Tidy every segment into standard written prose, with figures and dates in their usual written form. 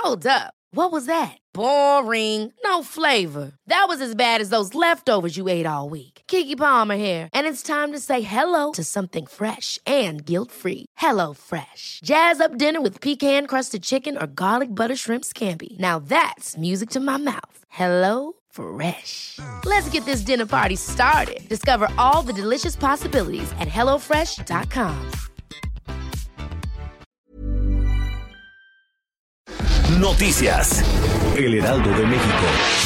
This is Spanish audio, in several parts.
Hold up. What was that? Boring. No flavor. That was as bad as those leftovers you ate all week. Keke Palmer here, and it's time to say hello to something fresh and guilt-free. HelloFresh. Jazz up dinner with pecan-crusted chicken or garlic butter shrimp scampi. Now that's music to my mouth. HelloFresh. Let's get this dinner party started. Discover all the delicious possibilities at HelloFresh.com. Noticias. El Heraldo de México.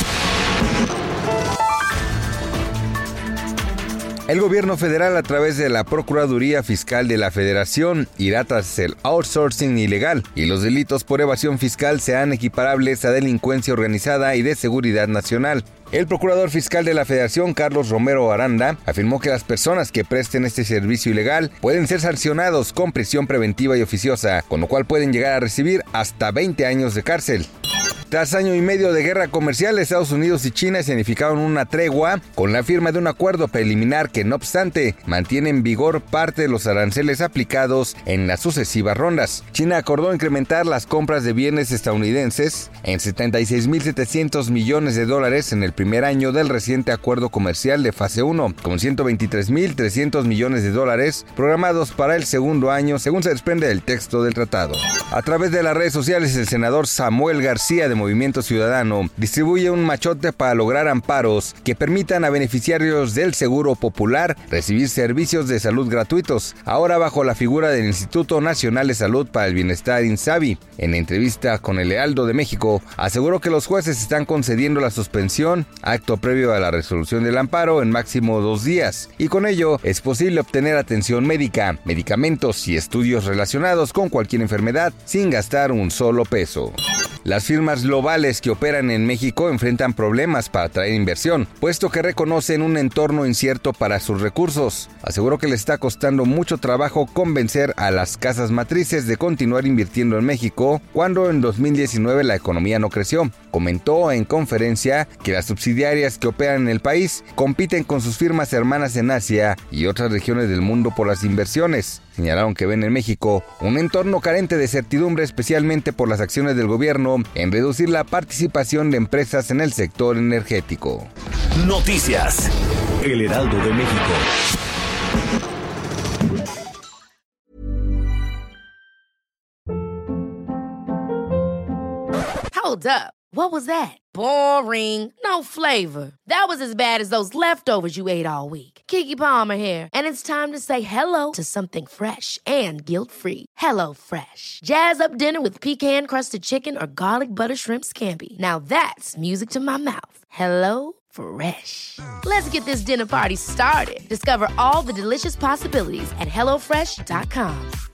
El gobierno federal, a través de la Procuraduría Fiscal de la Federación, irá tras el outsourcing ilegal y los delitos por evasión fiscal sean equiparables a delincuencia organizada y de seguridad nacional. El procurador fiscal de la Federación, Carlos Romero Aranda, afirmó que las personas que presten este servicio ilegal pueden ser sancionados con prisión preventiva y oficiosa, con lo cual pueden llegar a recibir hasta 20 años de cárcel. Tras año y medio de guerra comercial, Estados Unidos y China significaron una tregua con la firma de un acuerdo preliminar que, no obstante, mantiene en vigor parte de los aranceles aplicados en las sucesivas rondas. China acordó incrementar las compras de bienes estadounidenses en $76,700 millones en el primer año del reciente acuerdo comercial de fase 1, con $123,300 millones programados para el segundo año, según se desprende del texto del tratado. A través de las redes sociales, el senador Samuel García de Movimiento Ciudadano distribuye un machote para lograr amparos que permitan a beneficiarios del Seguro Popular recibir servicios de salud gratuitos, ahora bajo la figura del Instituto Nacional de Salud para el Bienestar, INSABI. En entrevista con el Heraldo de México, aseguró que los jueces están concediendo la suspensión, acto previo a la resolución del amparo, en máximo 2 días, y con ello es posible obtener atención médica, medicamentos y estudios relacionados con cualquier enfermedad sin gastar un solo peso. Las firmas globales que operan en México enfrentan problemas para atraer inversión, puesto que reconocen un entorno incierto para sus recursos. Aseguró que le está costando mucho trabajo convencer a las casas matrices de continuar invirtiendo en México, cuando en 2019 la economía no creció. Comentó en conferencia que las subsidiarias que operan en el país compiten con sus firmas hermanas en Asia y otras regiones del mundo por las inversiones. Señalaron que ven en México un entorno carente de certidumbre, especialmente por las acciones del gobierno en reducir la participación de empresas en el sector energético. Noticias. El Heraldo de México. Hold up. What was that? Boring. No flavor. That was as bad as those leftovers you ate all week. Keke Palmer here, and it's time to say hello to something fresh and guilt-free. HelloFresh. Jazz up dinner with pecan-crusted chicken or garlic butter shrimp scampi. Now that's music to my mouth. HelloFresh. Let's get this dinner party started. Discover all the delicious possibilities at HelloFresh.com.